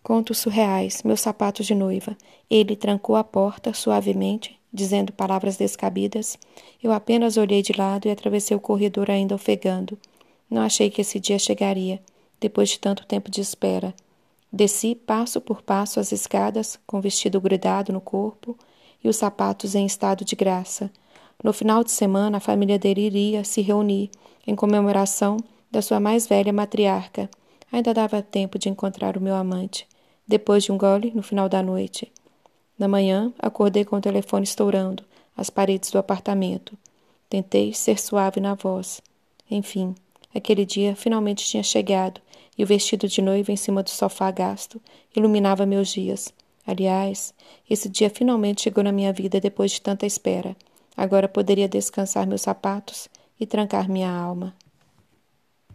Contos surreais, meus sapatos de noiva. Ele trancou a porta suavemente, dizendo palavras descabidas. Eu apenas olhei de lado e atravessei o corredor ainda ofegando. Não achei que esse dia chegaria, depois de tanto tempo de espera. Desci passo por passo as escadas, com o vestido grudado no corpo e os sapatos em estado de graça. No final de semana, a família dele iria se reunir em comemoração da sua mais velha matriarca. Ainda dava tempo de encontrar o meu amante. Depois de um gole, no final da noite. Na manhã, acordei com o telefone estourando as paredes do apartamento. Tentei ser suave na voz. Enfim, aquele dia finalmente tinha chegado e o vestido de noiva em cima do sofá gasto iluminava meus dias. Aliás, esse dia finalmente chegou na minha vida depois de tanta espera. Agora poderia descansar meus sapatos e trancar minha alma.